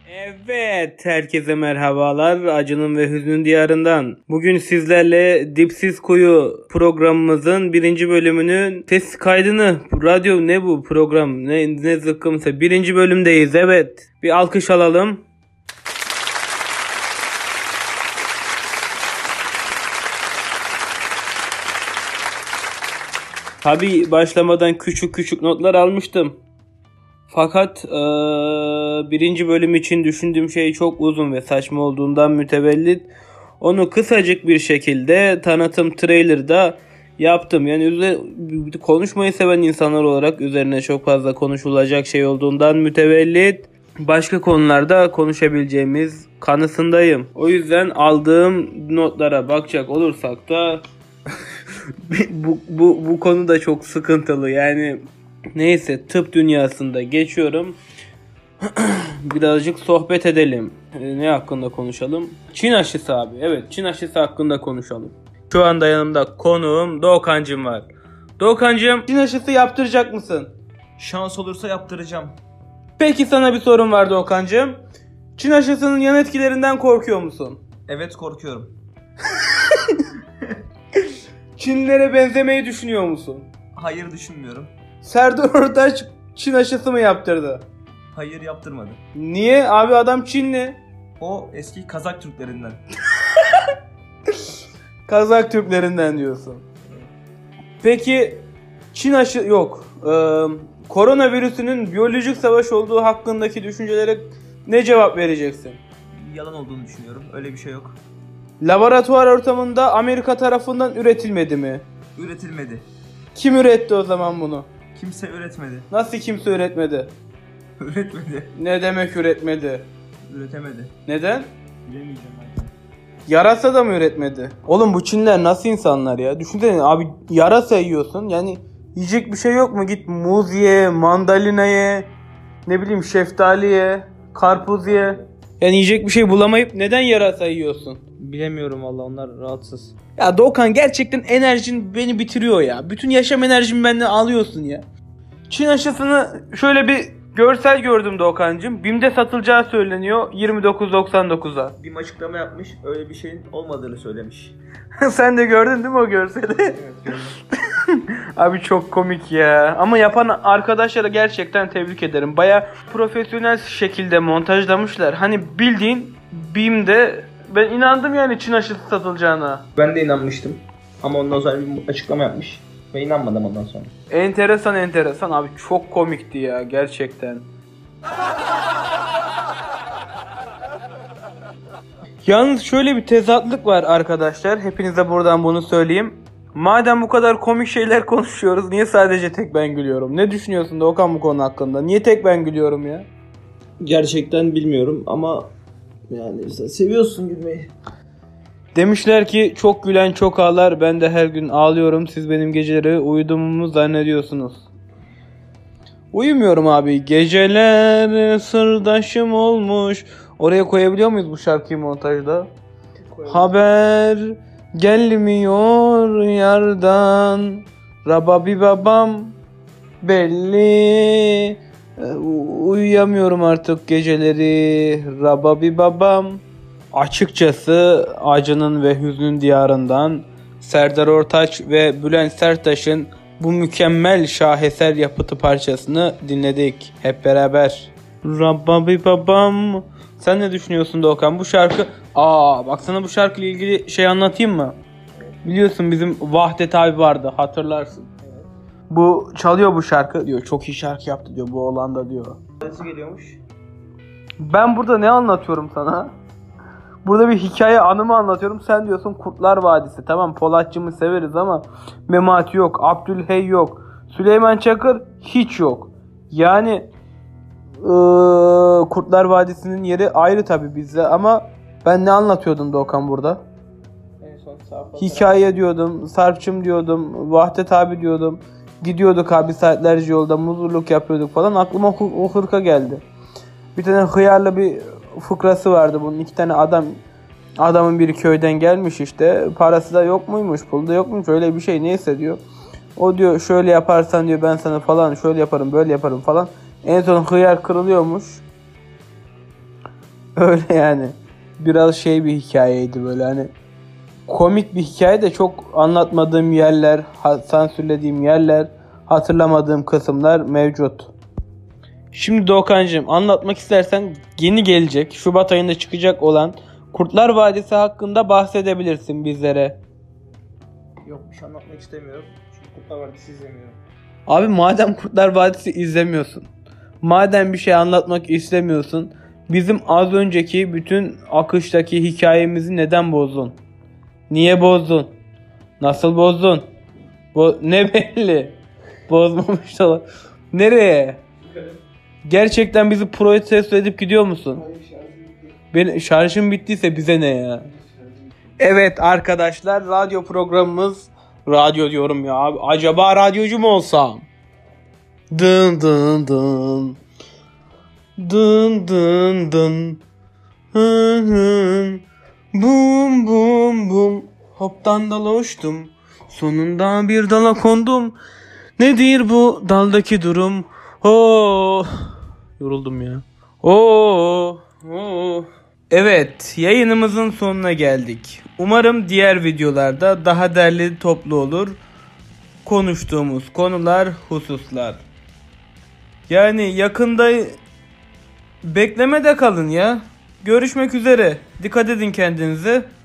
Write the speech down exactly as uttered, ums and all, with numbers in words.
Evet, herkese merhabalar. Acının ve Hüznün Diyarından. Bugün sizlerle Dipsiz Kuyu programımızın birinci bölümünün ses kaydını, radyo ne bu program, ne, ne zıkkımsa birinci bölümdeyiz. Evet, bir alkış alalım. Tabii başlamadan küçük küçük notlar almıştım. Fakat ee, birinci bölüm için düşündüğüm şey çok uzun ve saçma olduğundan mütevellit onu kısacık bir şekilde tanıtım trailer'da yaptım. Yani üzerine, konuşmayı seven insanlar olarak üzerine çok fazla konuşulacak şey olduğundan mütevellit başka konularda konuşabileceğimiz kanısındayım. O yüzden aldığım notlara bakacak olursak da bu, bu, bu konu da çok sıkıntılı. Yani neyse, tıp dünyasında geçiyorum. Birazcık sohbet edelim. Ee, ne hakkında konuşalım? Çin aşısı abi. Evet, Çin aşısı hakkında konuşalım. Şu anda yanımda konuğum Doğukancım var. Doğukancım, Çin aşısı yaptıracak mısın? Şans olursa yaptıracağım. Peki sana bir sorum var Doğukancım. Çin aşısının yan etkilerinden korkuyor musun? Evet, korkuyorum. Çinlilere benzemeyi düşünüyor musun? Hayır, düşünmüyorum. Serdar Ortaç Çin aşısı mı yaptırdı? Hayır, yaptırmadı. Niye? Abi adam Çinli. O eski Kazak Türklerinden. Kazak Türklerinden diyorsun. Peki Çin aşı yok. Ee, koronavirüsünün biyolojik savaş olduğu hakkındaki düşüncelere ne cevap vereceksin? Yalan olduğunu düşünüyorum. Öyle bir şey yok. Laboratuvar ortamında Amerika tarafından üretilmedi mi? Üretilmedi. Kim üretti o zaman bunu? Kimse üretmedi. Nasıl kimse üretmedi? Üretmedi. Ne demek üretmedi? Üretemedi. Neden? Bilemeyeceğim ben. Yarasa da mı üretmedi? Oğlum bu Çinler nasıl insanlar ya? Düşünsene abi, yarasa yiyorsun. Yani yiyecek bir şey yok mu? Git muz ye, mandalina ye, ne bileyim şeftali ye, karpuz ye. Yani yiyecek bir şey bulamayıp neden yarasa yiyorsun? Bilemiyorum valla, onlar rahatsız. Ya Doğukan, gerçekten enerjin beni bitiriyor ya. Bütün yaşam enerjimi benden alıyorsun ya. Çin aşısını şöyle bir görsel gördüm Doğukancığım. BİM'de satılacağı söyleniyor yirmi dokuz doksan dokuza. Bir açıklama yapmış, öyle bir şeyin olmadığını söylemiş. Sen de gördün değil mi o görseli? Evet, gördüm. Abi çok komik ya. Ama yapan arkadaşlara gerçekten tebrik ederim. Baya profesyonel şekilde montajlamışlar. Hani bildiğin BİM'de ben inandım yani Çin aşısı satılacağına. Ben de inanmıştım. Ama ondan sonra bir açıklama yapmış. Ve inanmadım ondan sonra. Enteresan enteresan abi, çok komikti ya gerçekten. Yalnız şöyle bir tezatlık var arkadaşlar. Hepinize buradan bunu söyleyeyim. Madem bu kadar komik şeyler konuşuyoruz, niye sadece tek ben gülüyorum? Ne düşünüyorsun Doğukan bu konu hakkında? Niye tek ben gülüyorum ya? Gerçekten bilmiyorum ama yani sen seviyorsun gülmeyi. Demişler ki çok gülen çok ağlar. Ben de her gün ağlıyorum. Siz benim geceleri uyuduğumu zannediyorsunuz. Uyumuyorum abi. Geceler sırdaşım olmuş. Oraya koyabiliyor muyuz bu şarkıyı montajda? Koyalım. Haber gelmiyor yardan. Rababi babam belli. Uyuyamıyorum artık geceleri. Rababi babam. Açıkçası Acının ve Hüznün Diyarından Serdar Ortaç ve Bülent Serttaş'ın bu mükemmel şaheser yapıtı parçasını dinledik hep beraber. Rabbabi babam. Sen ne düşünüyorsun Doğukan? Bu şarkı... Aa bak, sana bu şarkıyla ilgili şey anlatayım mı? Biliyorsun bizim Vahdet abi vardı, hatırlarsın. Evet. Bu çalıyor bu şarkı diyor. Çok iyi şarkı yaptı diyor bu oğlan da diyor. Nasıl geliyormuş? Ben burada ne anlatıyorum sana? Burada bir hikaye anımı anlatıyorum. Sen diyorsun Kurtlar Vadisi. Tamam, Polatçım'ı severiz ama Memati yok. Abdülhey yok. Süleyman Çakır hiç yok. Yani ıı, Kurtlar Vadisi'nin yeri ayrı tabii bizde ama ben ne anlatıyordum Doğukan burada? En son hikaye diyordum. Sarpçım diyordum. Vahdet abi diyordum. Gidiyorduk abi saatlerce yolda muzurluk yapıyorduk falan. Aklıma o, o hırka geldi. Bir tane hıyarlı bir fıkrası vardı bunun. İki tane adam, adamın biri köyden gelmiş işte. Parası da yok muymuş, pulu da yok muymuş, öyle bir şey, neyse diyor. O diyor şöyle yaparsan diyor ben sana falan şöyle yaparım böyle yaparım falan. En son hıyar kırılıyormuş. Öyle yani. Biraz şey bir hikayeydi böyle hani. Komik bir hikaye de çok anlatmadığım yerler, sansürlediğim yerler, hatırlamadığım kısımlar mevcut. Şimdi Doğukancığım anlatmak istersen yeni gelecek, Şubat ayında çıkacak olan Kurtlar Vadisi hakkında bahsedebilirsin bizlere. Yok, bir şey anlatmak istemiyorum. Çünkü Kurtlar Vadisi izlemiyorum. Abi madem Kurtlar Vadisi izlemiyorsun, madem bir şey anlatmak istemiyorsun, bizim az önceki bütün akıştaki hikayemizi neden bozdun? Niye bozdun? Nasıl bozdun? Bo ne belli? Bozmamış da. Nereye? Gerçekten bizi protesto edip gidiyor musun? Benim şarjım bittiyse bize ne ya? Evet arkadaşlar, radyo programımız, radyo diyorum ya abi, acaba radyocu mu olsam? Dın dın dın. Dın dın dın. Hın hın. Bum bum bum. Hoptan dala uçtum. Sonunda bir dala kondum. Nedir bu daldaki durum? Oh. Yoruldum ya. Oh. Oh. Evet, yayınımızın sonuna geldik. Umarım diğer videolarda daha derli toplu olur konuştuğumuz konular, hususlar. Yani yakında beklemede kalın ya. Görüşmek üzere. Dikkat edin kendinize.